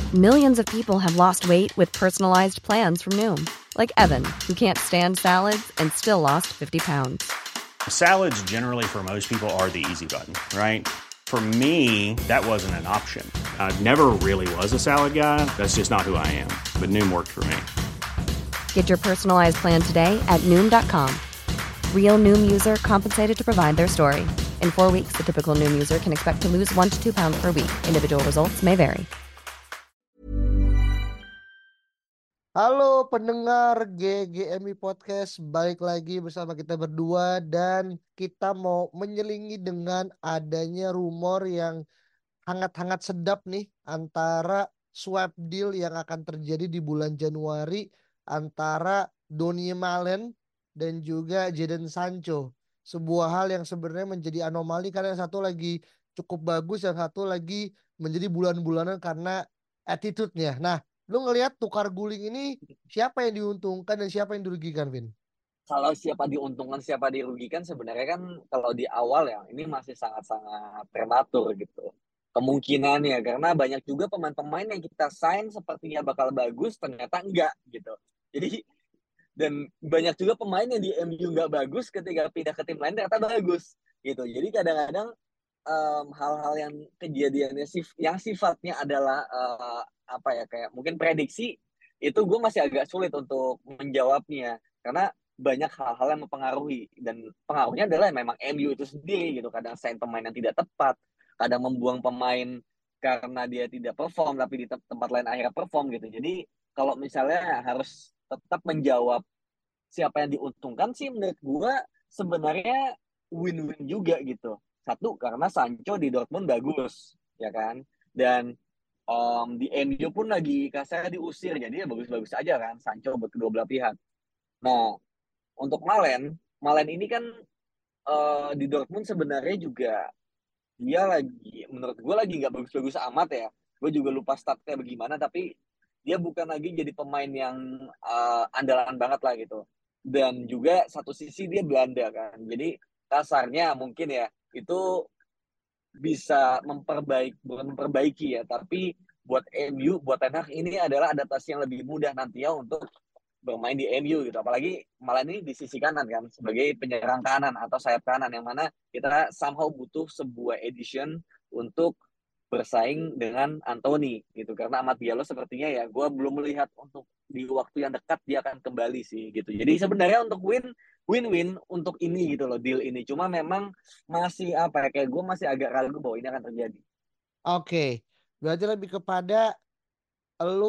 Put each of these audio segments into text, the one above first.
Millions of people have lost weight with personalized plans from Noom, like Evan, who can't stand salads and still lost 50 pounds. Salads generally for most people are the easy button, right? For me, that wasn't an option. I never really was a salad guy. That's just not who I am. But Noom worked for me. Get your personalized plan today at Noom.com. Real Noom user compensated to provide their story. In 4 weeks, the typical Noom user can expect to lose 1 to 2 pounds per week. Individual results may vary. Halo pendengar GGMI Podcast, balik lagi bersama kita berdua dan kita mau menyelingi dengan adanya rumor yang hangat-hangat sedap nih antara swap deal yang akan terjadi di bulan Januari antara Donny Malen dan juga Jadon Sancho. Sebuah hal yang sebenarnya menjadi anomali karena yang satu lagi cukup bagus, yang satu lagi menjadi bulan-bulanan karena attitude-nya. Nah, lu ngelihat tukar guling ini siapa yang diuntungkan dan siapa yang dirugikan, Vin? Kalau siapa diuntungkan, siapa dirugikan sebenarnya kan kalau di awal ya ini masih sangat-sangat prematur gitu. Kemungkinannya karena banyak juga pemain-pemain yang kita sign sepertinya bakal bagus ternyata enggak gitu. Jadi dan banyak juga pemain yang di MU nggak bagus ketika pindah ke tim lain ternyata bagus gitu. Jadi kadang-kadang hal-hal yang kejadiannya yang sifatnya adalah apa ya kayak mungkin prediksi itu gue masih agak sulit untuk menjawabnya karena banyak hal-hal yang mempengaruhi dan pengaruhnya adalah memang MU itu sendiri gitu. Kadang sign pemain yang tidak tepat, kadang membuang pemain karena dia tidak perform tapi di tempat lain akhirnya perform gitu. Jadi kalau misalnya harus tetap menjawab siapa yang diuntungkan sih menurut gue sebenarnya win-win juga gitu. Satu karena Sancho di Dortmund bagus ya kan, dan di MU pun lagi kasarnya diusir jadi ya bagus-bagus aja kan Sancho buat kedua belah pihak. Nah untuk Malen ini kan di Dortmund sebenarnya juga dia lagi menurut gue lagi nggak bagus-bagus amat ya. Gue juga lupa statnya bagaimana tapi dia bukan lagi jadi pemain yang andalan banget lah gitu. Dan juga satu sisi dia Belanda kan. Jadi kasarnya mungkin ya itu bisa bukan memperbaiki ya, tapi buat MU, buat Ten Hag ini adalah adaptasi yang lebih mudah nantinya untuk bermain di MU gitu. Apalagi malah ini di sisi kanan kan sebagai penyerang kanan atau sayap kanan yang mana kita somehow butuh sebuah edition untuk bersaing dengan Anthony gitu karena Amad Diallo sepertinya ya gue belum melihat untuk di waktu yang dekat dia akan kembali sih gitu. Jadi sebenarnya untuk win-win untuk ini gitu loh deal ini. Cuma memang masih apa ya kayak gue masih agak ragu bahwa ini akan terjadi. Oke, berarti lebih kepada lu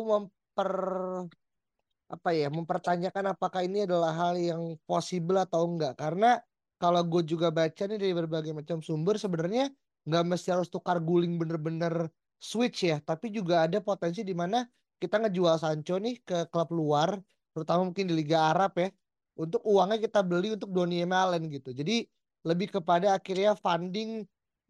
mempertanyakan apakah ini adalah hal yang possible atau enggak. Karena kalau gue juga baca nih dari berbagai macam sumber sebenarnya nggak mesti harus tukar guling bener-bener switch ya. Tapi juga ada potensi di mana kita ngejual Sancho nih ke klub luar, terutama mungkin di Liga Arab ya. Untuk uangnya kita beli untuk Donny Malen gitu. Jadi lebih kepada akhirnya funding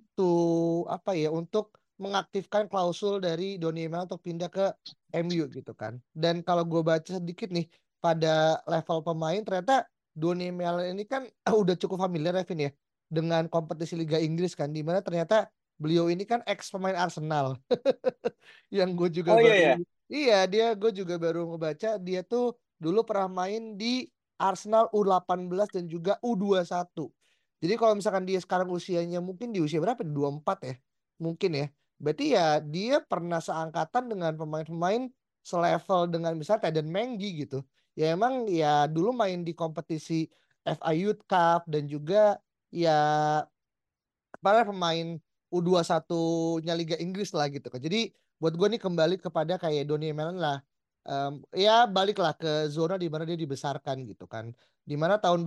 untuk mengaktifkan klausul dari Donny Malen untuk pindah ke MU gitu kan. Dan kalau gue baca sedikit nih pada level pemain ternyata Donny Malen ini kan udah cukup familiar Vin ya dengan kompetisi Liga Inggris kan, di mana ternyata beliau ini kan ex pemain Arsenal. Yang gue juga Oh iya baru ya. gue juga baru ngebaca dia tuh dulu pernah main di Arsenal U18 dan juga U21. Jadi kalau misalkan dia sekarang usianya mungkin di usia berapa? 24 ya. Mungkin ya. Berarti ya dia pernah seangkatan dengan pemain-pemain selevel dengan misalnya Teden Mengi gitu. Ya emang ya dulu main di kompetisi FA Youth Cup dan juga ya para pemain U21-nya Liga Inggris lah gitu kan. Jadi buat gue nih kembali kepada kayak Donny Malen lah. Ya baliklah ke zona di mana dia dibesarkan gitu kan. Di mana tahun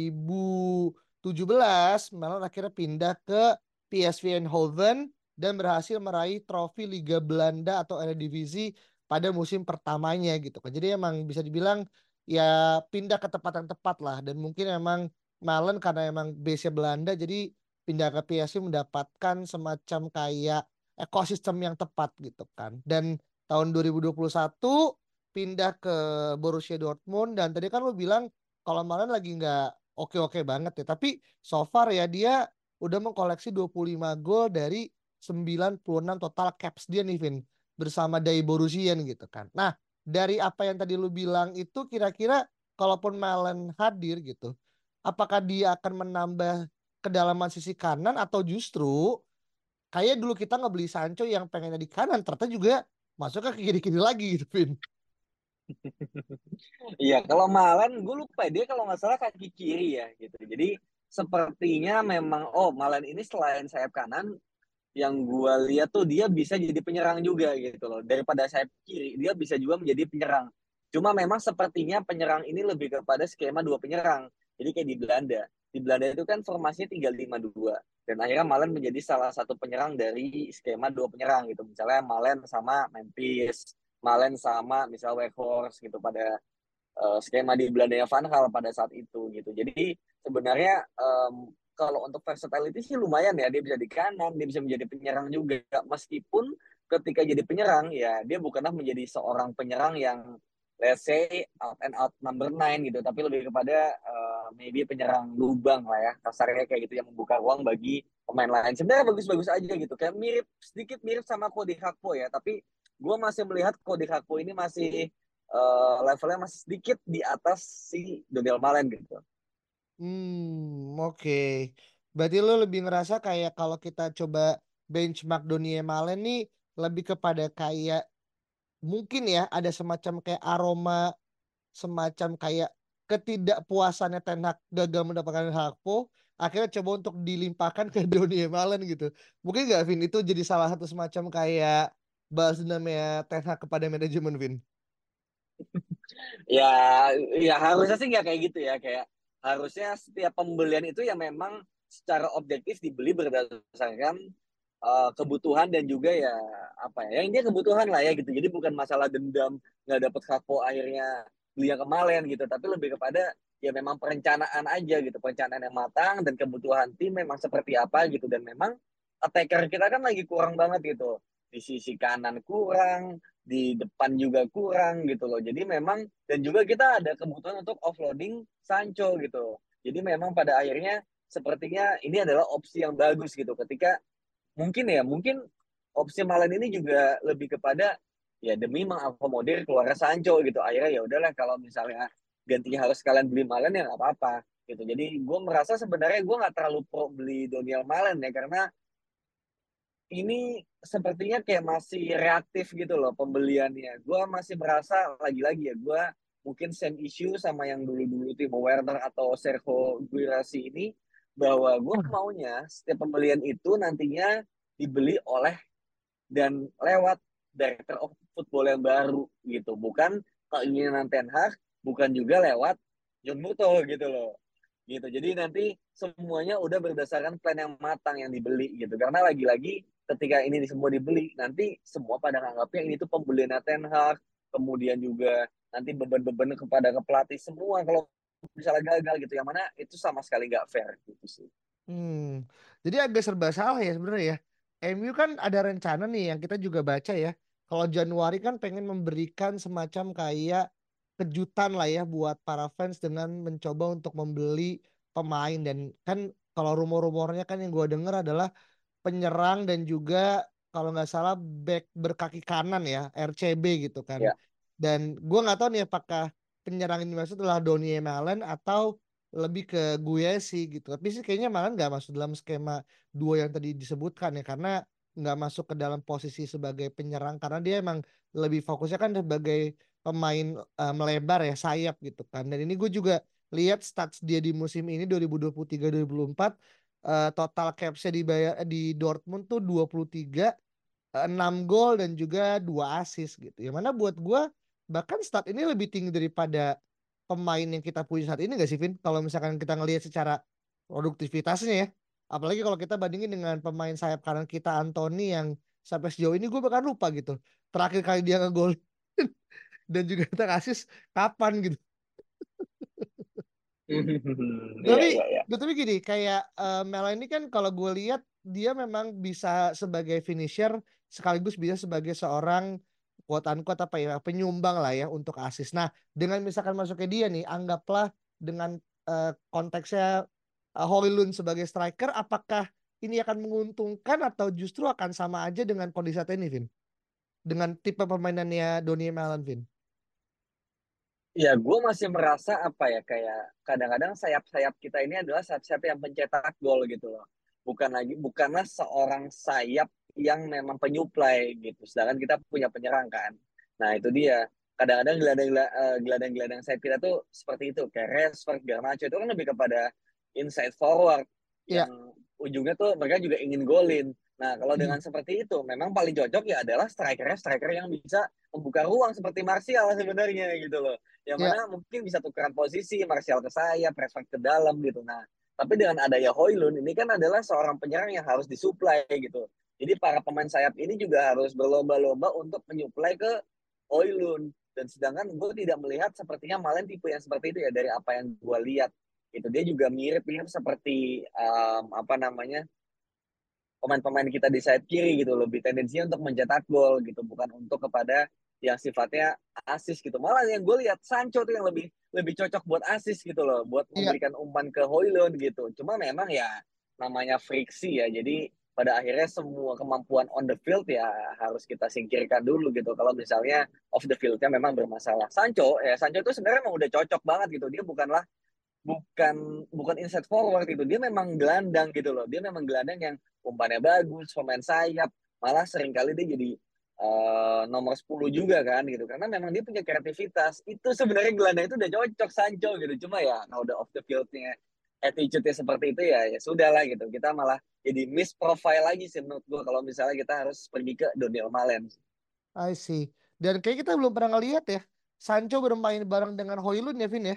2017 Malen akhirnya pindah ke PSV Eindhoven dan berhasil meraih trofi Liga Belanda atau Eredivisie pada musim pertamanya gitu kan. Jadi emang bisa dibilang ya pindah ke tempat yang tepat lah, dan mungkin emang Malen karena emang base-nya Belanda jadi pindah ke PSG mendapatkan semacam kayak ekosistem yang tepat gitu kan. Dan tahun 2021 pindah ke Borussia Dortmund, dan tadi kan lu bilang kalau Malen lagi nggak oke-oke banget ya. Tapi so far ya dia udah mengkoleksi 25 gol dari 96 total caps dia nih Vin. bersama Dai Borussia gitu kan. Nah, dari apa yang tadi lu bilang itu kira-kira kalaupun Malen hadir gitu, apakah dia akan menambah kedalaman sisi kanan atau justru kayak dulu kita ngebeli Sancho yang pengennya di kanan ternyata juga masuk ke kiri-kiri lagi gitu, Vin. Iya, kalau Malen gue lupa dia kalau nggak salah kaki kiri ya gitu. Jadi sepertinya memang Malen ini selain sayap kanan yang gue lihat tuh dia bisa jadi penyerang juga gitu loh. Daripada sayap kiri, dia bisa juga menjadi penyerang. Cuma memang sepertinya penyerang ini lebih kepada skema dua penyerang. Jadi kayak di Belanda. Di Belanda itu kan formasinya 3-5-2. Dan akhirnya Malen menjadi salah satu penyerang dari skema dua penyerang gitu. Misalnya Malen sama Memphis, Malen sama misalnya Weghorst gitu pada skema di Belanda Van Gaal pada saat itu gitu. Jadi sebenarnya kalau untuk versatility sih lumayan ya, dia bisa di kanan, dia bisa menjadi penyerang juga, meskipun ketika jadi penyerang ya dia bukanlah menjadi seorang penyerang yang let's say out and out number 9 gitu, tapi lebih kepada maybe penyerang lubang lah ya, kasarnya kayak gitu yang membuka ruang bagi pemain lain. Sebenarnya bagus-bagus aja gitu, kayak sedikit mirip sama Cody Gakpo ya, tapi gue masih melihat Cody Gakpo ini masih levelnya masih sedikit di atas si Daniel Malen gitu. Oke. Berarti lu lebih ngerasa kayak kalau kita coba benchmark Donny Malen nih lebih kepada kayak mungkin ya ada semacam kayak aroma semacam kayak ketidakpuasannya Ten Hag gagal mendapatkan Hakpo akhirnya coba untuk dilimpahkan ke Donny Malen gitu. Mungkin nggak Vin itu jadi salah satu semacam kayak balas dendamnya Ten Hag kepada manajemen Vin. Ya, ya harusnya sih nggak kayak gitu ya. Kayak harusnya setiap pembelian itu ya memang secara objektif dibeli berdasarkan kebutuhan dan juga ya apa ya, yang dia kebutuhan lah ya gitu. Jadi bukan masalah dendam nggak dapet Kakpo akhirnya beli yang kemarin gitu, tapi lebih kepada ya memang perencanaan aja gitu, perencanaan yang matang dan kebutuhan tim memang seperti apa gitu. Dan memang attacker kita kan lagi kurang banget gitu, di sisi kanan kurang, di depan juga kurang gitu loh. Jadi memang dan juga kita ada kebutuhan untuk offloading Sancho gitu. Jadi memang pada akhirnya sepertinya ini adalah opsi yang bagus gitu ketika mungkin opsi Malen ini juga lebih kepada ya demi mengakomodir keluarga Sancho gitu. Akhirnya ya udahlah kalau misalnya gantinya harus kalian beli Malen ya nggak apa-apa gitu. Jadi gue merasa sebenarnya gue nggak terlalu pro beli Daniel Malen ya, karena ini sepertinya kayak masih reaktif gitu loh pembeliannya. Gue masih merasa lagi-lagi ya, gue mungkin same issue sama yang dulu-dulu Timo Werner atau Sergio Guirassy ini, bahwa gue maunya setiap pembelian itu nantinya dibeli oleh dan lewat director of football yang baru gitu, bukan keinginan Ten Hag, bukan juga lewat John Muto gitu loh gitu. Jadi nanti semuanya udah berdasarkan plan yang matang yang dibeli gitu, karena lagi-lagi ketika ini semua dibeli nanti semua pada nganggapnya ini tuh pembelian Ten Hag, kemudian juga nanti beban-beban kepada ke pelatih semua kalau misalnya gagal gitu, yang mana itu sama sekali nggak fair gitu sih. Hmm, jadi agak serba salah ya sebenarnya ya. MU kan ada rencana nih yang kita juga baca ya. Kalau Januari kan pengen memberikan semacam kayak kejutan lah ya buat para fans dengan mencoba untuk membeli pemain dan kan kalau rumor-rumornya kan yang gue denger adalah penyerang dan juga kalau nggak salah back berkaki kanan ya RCB gitu kan. Ya. Dan gue nggak tahu nih apakah penyerang ini maksud adalah Donny Malen atau lebih ke gue sih gitu. Tapi sih kayaknya Malen nggak masuk dalam skema dua yang tadi disebutkan ya karena nggak masuk ke dalam posisi sebagai penyerang karena dia emang lebih fokusnya kan sebagai pemain melebar ya sayap gitu kan. Dan ini gue juga lihat stats dia di musim ini 2023-2024 total capsnya di Dortmund tuh 23 6 gol dan juga 2 assist gitu. Yang mana buat gua bahkan stat ini lebih tinggi daripada pemain yang kita punya saat ini gak sih Vin? Kalau misalkan kita ngelihat secara produktivitasnya ya. Apalagi kalau kita bandingin dengan pemain sayap kanan kita Anthony yang sampai sejauh ini gue bahkan lupa gitu. Terakhir kali dia ngegol dan juga kita assist kapan gitu. Iya, Tapi, iya, iya. tapi gini, kayak Mela ini kan kalau gue lihat dia memang bisa sebagai finisher sekaligus bisa sebagai seorang quote unquote apa ya penyumbang lah ya untuk assist. Nah, dengan misalkan masuknya dia nih, anggaplah dengan konteksnya Højlund sebagai striker, apakah ini akan menguntungkan atau justru akan sama aja dengan kondisi saat ini, Vin? dengan tipe permainannya Donny Malen, Vin? Ya, gue masih merasa apa ya, kayak kadang-kadang sayap-sayap kita ini adalah sayap-sayap yang pencetak gol gitu loh. Bukanlah seorang sayap yang memang penyuplai gitu. Sedangkan kita punya penyerang kan. Nah, itu dia. Kadang-kadang gelandang-gelandang sayap kita tuh seperti itu. Kayak Rashford, Garnacho itu kan lebih kepada inside forward Iya. yang ujungnya tuh mereka juga ingin golin. Nah, kalau Hmm. dengan seperti itu, memang paling cocok ya adalah striker yang bisa membuka ruang seperti Martial sebenarnya gitu loh, yang Iya. mana mungkin bisa tukeran posisi Martial ke sayap, Rashford ke dalam gitu. Nah, tapi dengan adanya Højlund ini kan adalah seorang penyerang yang harus disuplai gitu. Jadi para pemain sayap ini juga harus berlomba-lomba untuk menyuplai ke Højlund. Dan sedangkan gue tidak melihat sepertinya Malen tipe yang seperti itu ya dari apa yang gue lihat. Itu dia juga mirip-mirip seperti apa namanya, pemain-pemain kita di sayap kiri gitu, lebih tendensinya untuk mencetak gol gitu, bukan untuk kepada yang sifatnya asis gitu. Malah yang gue lihat Sancho tuh yang lebih lebih cocok buat asis gitu loh, buat Iya. memberikan umpan ke Højlund gitu. Cuma memang ya namanya friksi ya, jadi pada akhirnya semua kemampuan on the field ya harus kita singkirkan dulu gitu. Kalau misalnya off the fieldnya memang bermasalah. Sancho itu sebenarnya memang udah cocok banget gitu. Dia bukan bukan inside forward itu, dia memang gelandang gitu loh, dia memang gelandang yang umpannya bagus, pemain sayap, malah seringkali dia jadi nomor 10 juga kan gitu, karena memang dia punya kreativitas. Itu sebenarnya gelandang itu udah cocok Sancho gitu. Cuma ya kalau udah off the fieldnya attitude-nya seperti itu ya ya sudah lah gitu, kita malah jadi miss profile lagi sih menurut gua kalau misalnya kita harus pergi ke Daniel Malen. I see. Dan kayak kita belum pernah ngeliat ya Sancho bermain bareng dengan Højlund ya, Vin ya.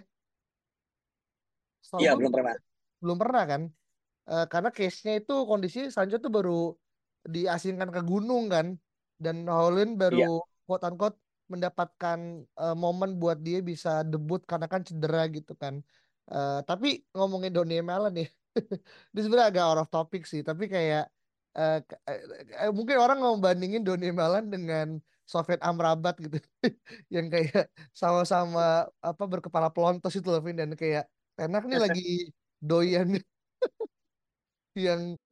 Setahu Iya, gue belum pernah. belum pernah kan. Karena case-nya itu kondisi Sancho tuh baru diasingkan ke gunung kan, dan Holland baru Iya. quote unquote mendapatkan momen buat dia bisa debut karena kan cedera gitu kan. Tapi ngomongin Donny Malen nih, ini sebenarnya agak out of topic sih, tapi kayak mungkin orang mau bandingin Donny Malen dengan Sofyan Amrabat gitu, yang kayak sama-sama apa berkepala pelontos itu loh, Vin, dan kayak Tenak nih lagi doyan yang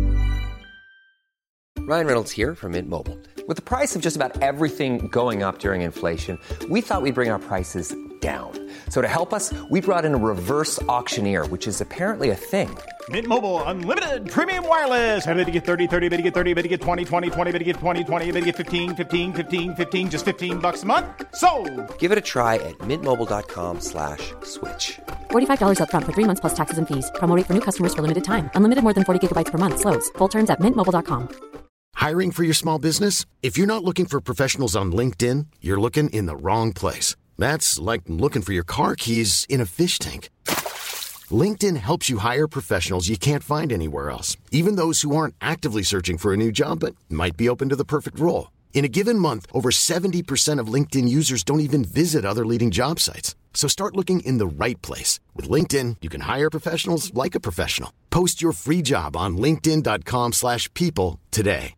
Ryan Reynolds here from Mint Mobile. With the price of just about everything going up during inflation, we thought we'd bring our prices down. So to help us, we brought in a reverse auctioneer, which is apparently a thing. Mint Mobile Unlimited Premium Wireless. How to get 30, 30, bit to get 30, bit to get 20, 20, 20, bit to get 20, 20, bit to get 15, 15, 15, 15, just $15 a month? Sold! Give it a try at mintmobile.com/switch. $45 up front for 3 months plus taxes and fees. Promo rate for new customers for limited time. Unlimited more than 40 gigabytes per month. Slows full terms at mintmobile.com. Hiring for your small business? If you're not looking for professionals on LinkedIn, you're looking in the wrong place. That's like looking for your car keys in a fish tank. LinkedIn helps you hire professionals you can't find anywhere else, even those who aren't actively searching for a new job but might be open to the perfect role. In a given month, over 70% of LinkedIn users don't even visit other leading job sites. So start looking in the right place. With LinkedIn, you can hire professionals like a professional. Post your free job on linkedin.com/people today.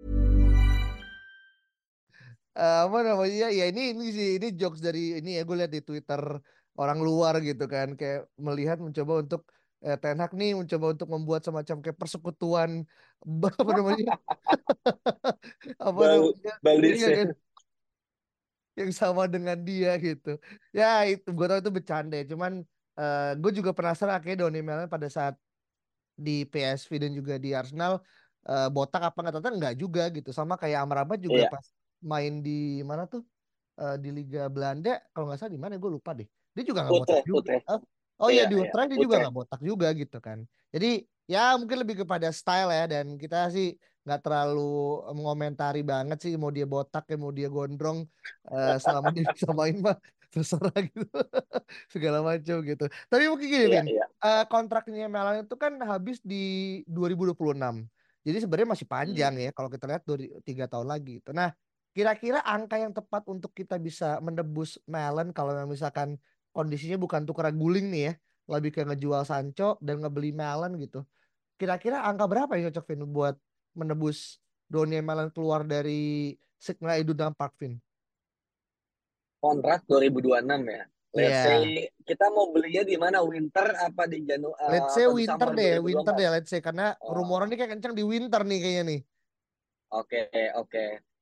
apa namanya ya, ini sih, ini jokes dari ini ya, gue lihat di Twitter orang luar gitu kan, kayak melihat mencoba untuk Ten Hag nih mencoba untuk membuat semacam kayak persekutuan apa namanya apa Bal namanya iya Baldes ya. kan, yang sama dengan dia gitu. Ya itu gue tau itu bercanda ya, cuman gue juga penasaran kayak Donny Malen pada saat di PSV dan juga di Arsenal botak apa nggak, ternyata nggak juga gitu, sama kayak Amrabat juga Iya, pas main di mana tuh, di Liga Belanda kalau nggak salah, di mana gue lupa deh, dia juga nggak botak Utrecht, juga. Utrecht. Oh iya, Iya, di iya, Utrecht dia juga Utrecht. nggak botak juga gitu kan. Jadi ya mungkin lebih kepada style ya, dan kita sih nggak terlalu mengomentari banget sih mau dia botak ya mau dia gondrong, selama dia bisa main mah terserah gitu. Segala macam gitu. Tapi mungkin gini, Iya, Vin, iya. kontraknya Melan itu kan habis di 2026. Jadi sebenarnya masih panjang Hmm. ya kalau kita lihat 3 tahun lagi gitu. Nah, kira-kira angka yang tepat untuk kita bisa menebus Malen kalau misalkan kondisinya bukan tukeran guling nih ya, lebih ke ngejual Sancho dan ngebeli Malen gitu. Kira-kira angka berapa yang cocok, Vin, buat menebus Donny Malen keluar dari Signal Iduna Park, Vin? Kontrak 2026 ya. Let's say Iya. kita mau belinya di mana? Winter apa Let's say atau di winter summer deh, winter 2024? deh, let's say, karena rumoran Oh, ini kayak kencang di winter nih kayaknya nih. oke, oke.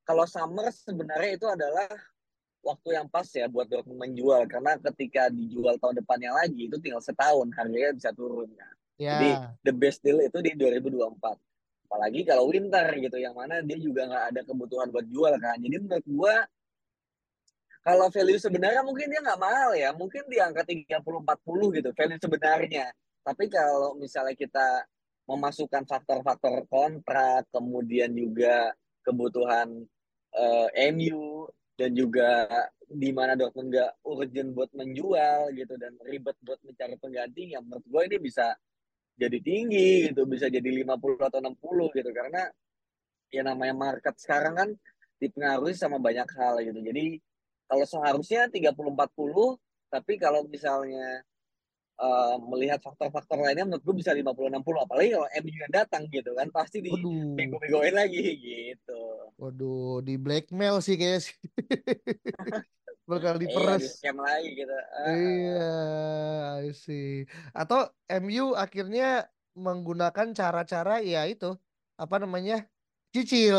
kalau summer sebenarnya itu adalah waktu yang pas ya buat Dortmund menjual, karena ketika dijual tahun depannya lagi itu tinggal setahun harganya bisa turun kan. Jadi Ya, the best deal itu di 2024. Apalagi kalau winter gitu, yang mana dia juga nggak ada kebutuhan buat jual kan. Jadi menurut gua kalau value sebenarnya mungkin dia nggak mahal ya, mungkin di angka 30-40 gitu value sebenarnya. Tapi kalau misalnya kita memasukkan faktor-faktor kontrak, kemudian juga kebutuhan MU, dan juga di mana Dortmund nggak urgent buat menjual gitu dan ribet buat mencari pengganti, yang menurut gue ini bisa jadi tinggi gitu, bisa jadi 50 atau 60 gitu, karena ya namanya market sekarang kan dipengaruhi sama banyak hal gitu. Jadi kalau seharusnya 30-40, tapi kalau misalnya melihat faktor-faktor lainnya menurut gue bisa 50-60, apalagi kalau MU yang datang gitu kan pasti waduh, dibego-begoin lagi gitu. waduh, di blackmail sih kayaknya sih. Bakal Iya, diperes. di scam lagi gitu. Iya, I see. Atau MU akhirnya menggunakan cara-cara ya itu apa namanya cicil,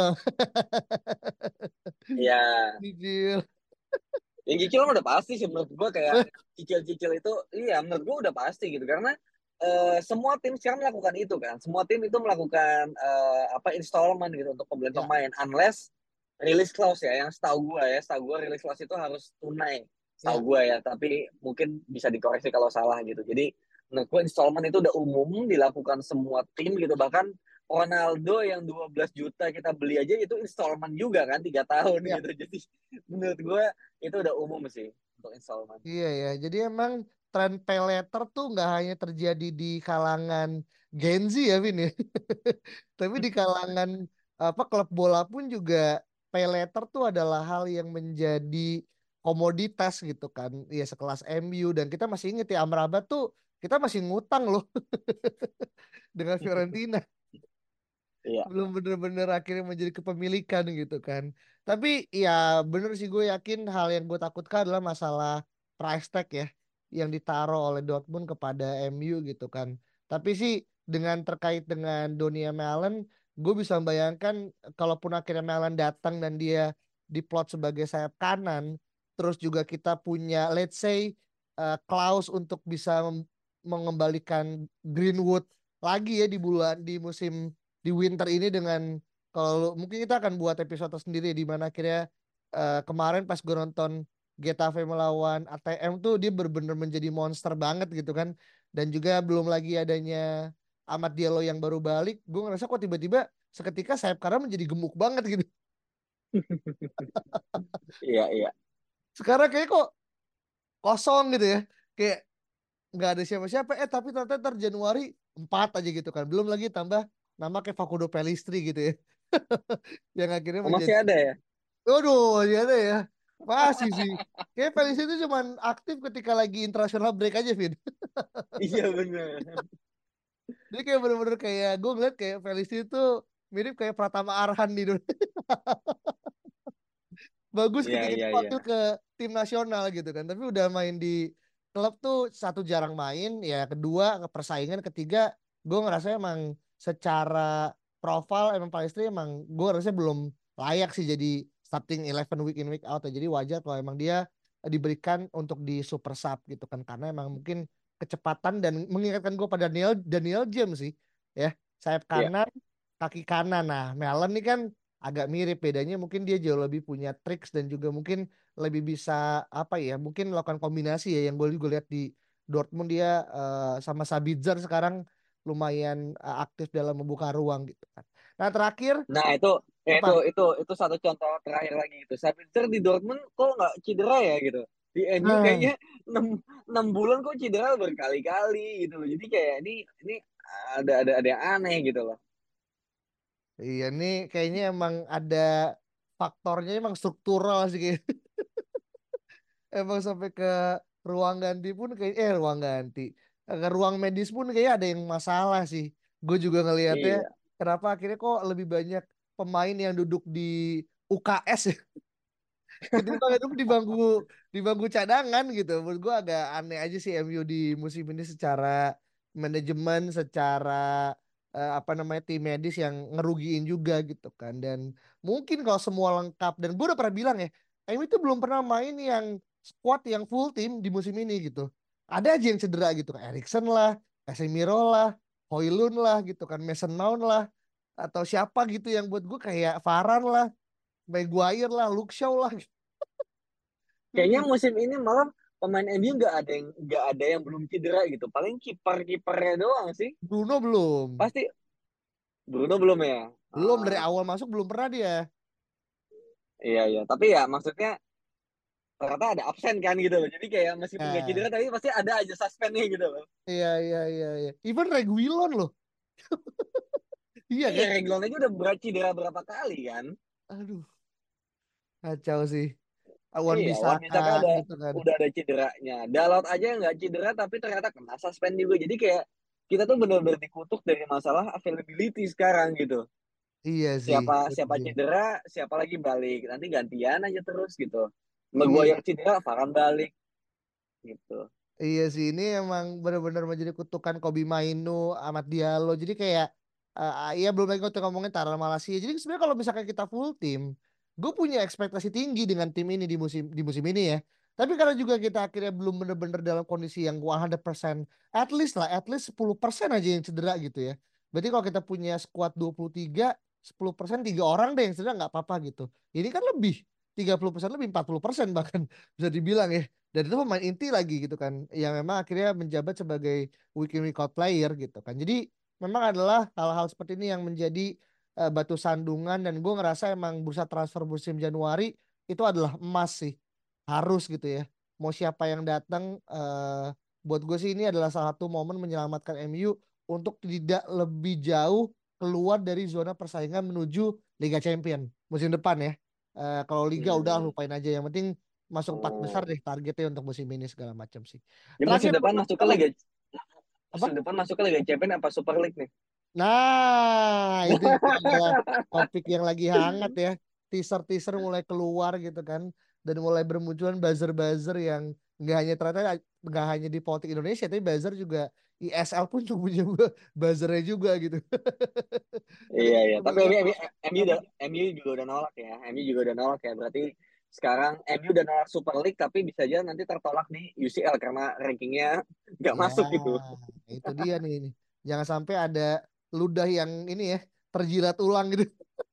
Iya, cicil. yang cicil mah udah pasti sih menurut gue, kayak cicil-cicil itu, iya menurut gue udah pasti gitu, karena semua tim sekarang melakukan itu kan, semua tim itu melakukan apa installment gitu untuk pembelian Ya, pemain, unless release clause ya, yang setahu gue release clause itu harus tunai, setahu ya. gue ya, tapi mungkin bisa dikoreksi kalau salah gitu. Jadi menurut gue installment itu udah umum dilakukan semua tim gitu, bahkan Ronaldo yang 12 juta kita beli aja itu installment juga kan, 3 tahun Ya, gitu. Jadi menurut gue itu udah umum sih untuk installment. iya ya. Jadi emang tren pay later tuh nggak hanya terjadi di kalangan Gen Z ya, Vin ya. Tapi di kalangan apa klub bola pun juga pay later tuh adalah hal yang menjadi komoditas gitu kan. Ya sekelas MU dan kita masih inget ya Amrabat tuh kita masih ngutang loh dengan Fiorentina. Iya, Belum bener-bener akhirnya menjadi kepemilikan gitu kan. Tapi ya bener sih gue yakin hal yang gue takutkan adalah masalah price tag ya yang ditaruh oleh Dortmund kepada MU gitu kan. Tapi sih dengan terkait dengan Donny Malen, gue bisa membayangkan kalaupun akhirnya Malen datang dan dia diplot sebagai sayap kanan, terus juga kita punya let's say clause untuk bisa mengembalikan Greenwood lagi ya di bulan di musim di winter ini dengan kalau mungkin kita akan buat episode sendiri di mana akhirnya kemarin pas gue nonton Getafe melawan ATM tuh dia benar-benar menjadi monster banget gitu kan dan juga belum lagi adanya Amad Diallo yang baru balik gue ngerasa kok tiba-tiba seketika sayap kanan menjadi gemuk banget gitu iya, iya. sekarang kayak kok kosong gitu ya kayak nggak ada siapa-siapa tapi ternyata ntar Januari 4 aja gitu kan belum lagi tambah nama kayak Facundo Pellistri gitu ya yang akhirnya Oh, masih menjadi ada ya? waduh ya ada ya masih sih kayak Pellistri itu cuman aktif ketika lagi international break aja Vin Iya bener. dia kayak bener-bener kayak gue ngeliat kayak Pellistri itu mirip kayak Pratama Arhan di Indonesia bagus Iya, ketika iya, iya. dipanggil ke tim nasional gitu kan tapi udah main di klub tuh satu jarang main ya kedua persaingan ketiga gue ngerasa emang secara profil emang Palestri emang gue ngerasa belum layak sih jadi starting 11 week in week out ya. Jadi wajar kalau emang dia diberikan untuk di super sub gitu kan karena emang mungkin kecepatan dan mengingatkan gue pada Daniel Daniel James sih ya sayap Iya. kanan kaki kanan nah Malen nih kan agak mirip bedanya mungkin dia jauh lebih punya tricks dan juga mungkin lebih bisa apa ya mungkin melakukan kombinasi ya yang gue lihat di Dortmund dia sama Sabitzer sekarang lumayan aktif dalam membuka ruang gitu kan. Nah terakhir Nah itu, ya apa? itu satu contoh terakhir lagi itu. Sabitzer di Dortmund kok nggak cedera ya gitu. Di MU Nah kayaknya 6 bulan kok cedera berkali-kali gitu loh. Jadi kayak ini ada yang aneh gitu loh. iya nih kayaknya emang ada faktornya emang struktural sih kayak emang sampai ke ruang ganti pun kayak ruang ganti ke ruang medis pun kayaknya ada yang masalah sih. Gue juga ngelihatnya Iya, kenapa akhirnya kok lebih banyak pemain yang duduk di UKS ya ketimbang duduk di bangku cadangan gitu. Menurut gue agak aneh aja sih MU di musim ini secara manajemen, secara tim medis yang ngerugiin juga gitu kan. Dan mungkin kalau semua lengkap, dan gue udah pernah bilang ya, MU itu belum pernah main yang squad yang full tim di musim ini gitu. Ada aja yang cedera gitu kan, Eriksen lah, Casemiro lah, Højlund lah gitu kan, Mason Mount lah, atau siapa gitu yang buat gue kayak Varane lah, Maguire lah, Luke Shaw lah. Kayaknya musim ini malah pemain MU nggak ada yang belum cedera gitu. Paling kipernya doang sih. Bruno belum. Pasti Bruno belum ya. Belum, dari awal masuk belum pernah dia. Iya. Tapi ya maksudnya ternyata ada absen kan gitu loh. Jadi kayak meskipun nggak Nah, cedera tapi pasti ada aja suspendnya gitu loh. iya. Even Reguilon loh. Iya Iya, kan? Reguilon aja udah cedera berapa kali kan. Aduh, kacau sih. Wan Iya, Wan Bisaka Bissaka gitu kan. udah ada cederanya. Dalot aja nggak cedera tapi ternyata kena suspend juga. Jadi kayak kita tuh benar-benar dikutuk dari masalah availability sekarang gitu. Iya sih. Siapa Setuju. cedera, siapa lagi balik. Nanti gantian aja terus gitu. Iya. Maguire cedera, Varane balik gitu. Iya sih, ini emang benar-benar menjadi kutukan Kobi Mainu, Ahmad Diallo. Jadi kayak ya belum lagi kita ngomongin Tara Malaysia. Jadi sebenarnya kalau misalkan kita full tim, gue punya ekspektasi tinggi dengan tim ini di musim ini ya. Tapi karena juga kita akhirnya belum benar-benar dalam kondisi yang 100%, at least 10% aja yang cedera gitu ya. Berarti kalau kita punya squad 23, 10% 3 orang deh yang cedera nggak apa-apa gitu. Ini kan lebih 30% lebih 40% bahkan bisa dibilang ya, dan itu pemain inti lagi gitu kan yang memang akhirnya menjabat sebagai week in week out player gitu kan. Jadi memang adalah hal-hal seperti ini yang menjadi batu sandungan, dan gue ngerasa emang bursa transfer musim Januari itu adalah emas sih, harus gitu ya, mau siapa yang datang. Buat gue sih ini adalah salah satu momen menyelamatkan MU untuk tidak lebih jauh keluar dari zona persaingan menuju Liga Champion musim depan ya. Kalau Liga udah Hmm. lupain aja, yang penting masuk 4 besar Oh. deh targetnya untuk musim ini segala macam sih. Jadi musim Terakhir depan masuk ke apa? Liga Apa? musim depan masuk ke Liga Champions apa Super League nih? Nah, itu juga adalah topik yang lagi hangat ya. Teaser-teaser mulai keluar gitu kan, dan mulai bermunculan buzzer-buzzer yang ternyata nggak hanya di politik Indonesia, tapi buzzer juga ISL pun juga punya buzzernya juga gitu. Jadi Iya, kita iya. Tapi melihat MU, prospek apa? MU juga udah nolak ya. MU juga udah nolak ya. Berarti sekarang MU udah nolak Super League tapi bisa aja nanti tertolak nih UCL karena rankingnya nggak Ya, masuk gitu. itu dia nih. Jangan sampai ada ludah yang ini ya, terjilat ulang gitu.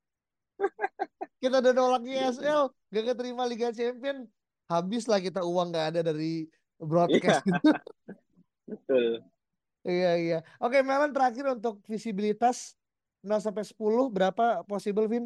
Kita udah nolak ISL, gak keterima Liga Champion, habislah kita uang nggak ada dari broadcast Iya, gitu. betul. Iya. Oke, Melan, terakhir untuk visibilitas 0 sampai 10 berapa possible, Vin?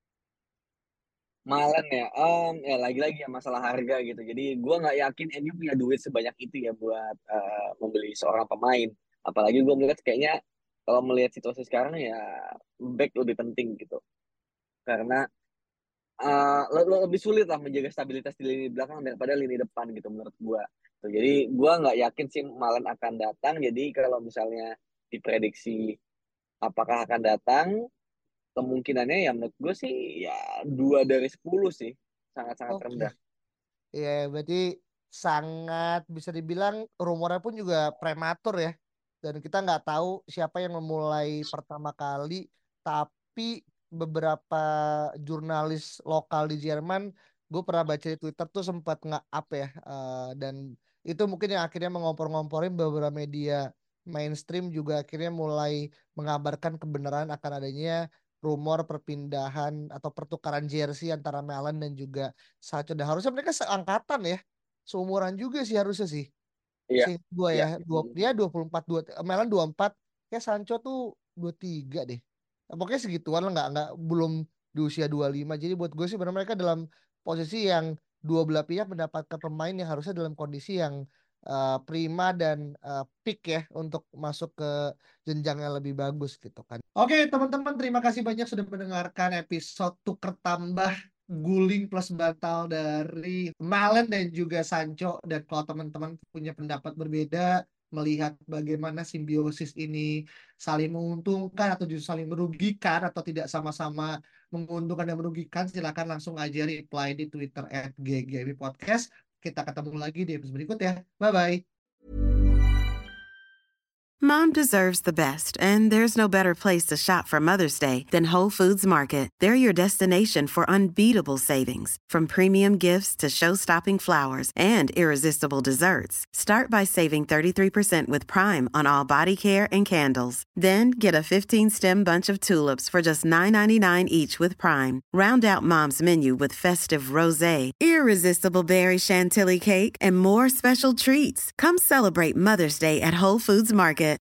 Malen ya. Ya lagi-lagi ya masalah harga gitu. Jadi gua nggak yakin MU punya duit sebanyak itu ya buat membeli seorang pemain. Apalagi gua melihat kayaknya kalau melihat situasi sekarang ya back lebih penting gitu. Karena lebih sulit lah menjaga stabilitas di lini belakang daripada lini depan gitu menurut gua. Tuh, jadi gua nggak yakin sih Malen akan datang. Jadi kalau misalnya diprediksi apakah akan datang, kemungkinannya ya menurut gue sih ya 2 dari 10 sih, sangat-sangat rendah. Oke. Iya, berarti sangat bisa dibilang rumornya pun juga prematur ya. Dan kita nggak tahu siapa yang memulai pertama kali. Tapi beberapa jurnalis lokal di Jerman, gue pernah baca di Twitter tuh sempat nge-up ya. Dan itu mungkin yang akhirnya mengompor-ngomporin beberapa media mainstream juga akhirnya mulai mengabarkan kebenaran akan adanya rumor perpindahan atau pertukaran jersey antara Melan dan juga Sancho. Dan harusnya mereka seangkatan ya, seumuran juga sih harusnya sih. Iya, Seingat gue iya. ya, dia 24, Melan 24, kayak Sancho tuh 23 deh. Pokoknya segituan lah, nggak belum di usia 25. Jadi buat gue sih benar mereka dalam posisi yang dua belah pihak mendapatkan pemain yang harusnya dalam kondisi yang prima dan peak ya untuk masuk ke jenjang yang lebih bagus gitu kan. Oke teman-teman, terima kasih banyak sudah mendengarkan episode tuker tambah guling plus bantal dari Malen dan juga Sancho. Dan kalau teman-teman punya pendapat berbeda, melihat bagaimana simbiosis ini saling menguntungkan atau justru saling merugikan atau tidak sama-sama menguntungkan dan merugikan, silakan langsung aja reply di Twitter @ggwpodcast. Kita ketemu lagi di episode berikut ya. Bye-bye. Mom deserves the best, and there's no better place to shop for Mother's Day than Whole Foods Market. They're your destination for unbeatable savings, from premium gifts to show-stopping flowers and irresistible desserts. Start by saving 33% with Prime on all body care and candles. Then get a 15-stem bunch of tulips for just $9.99 each with Prime. Round out Mom's menu with festive rosé, irresistible berry chantilly cake, and more special treats. Come celebrate Mother's Day at Whole Foods Market.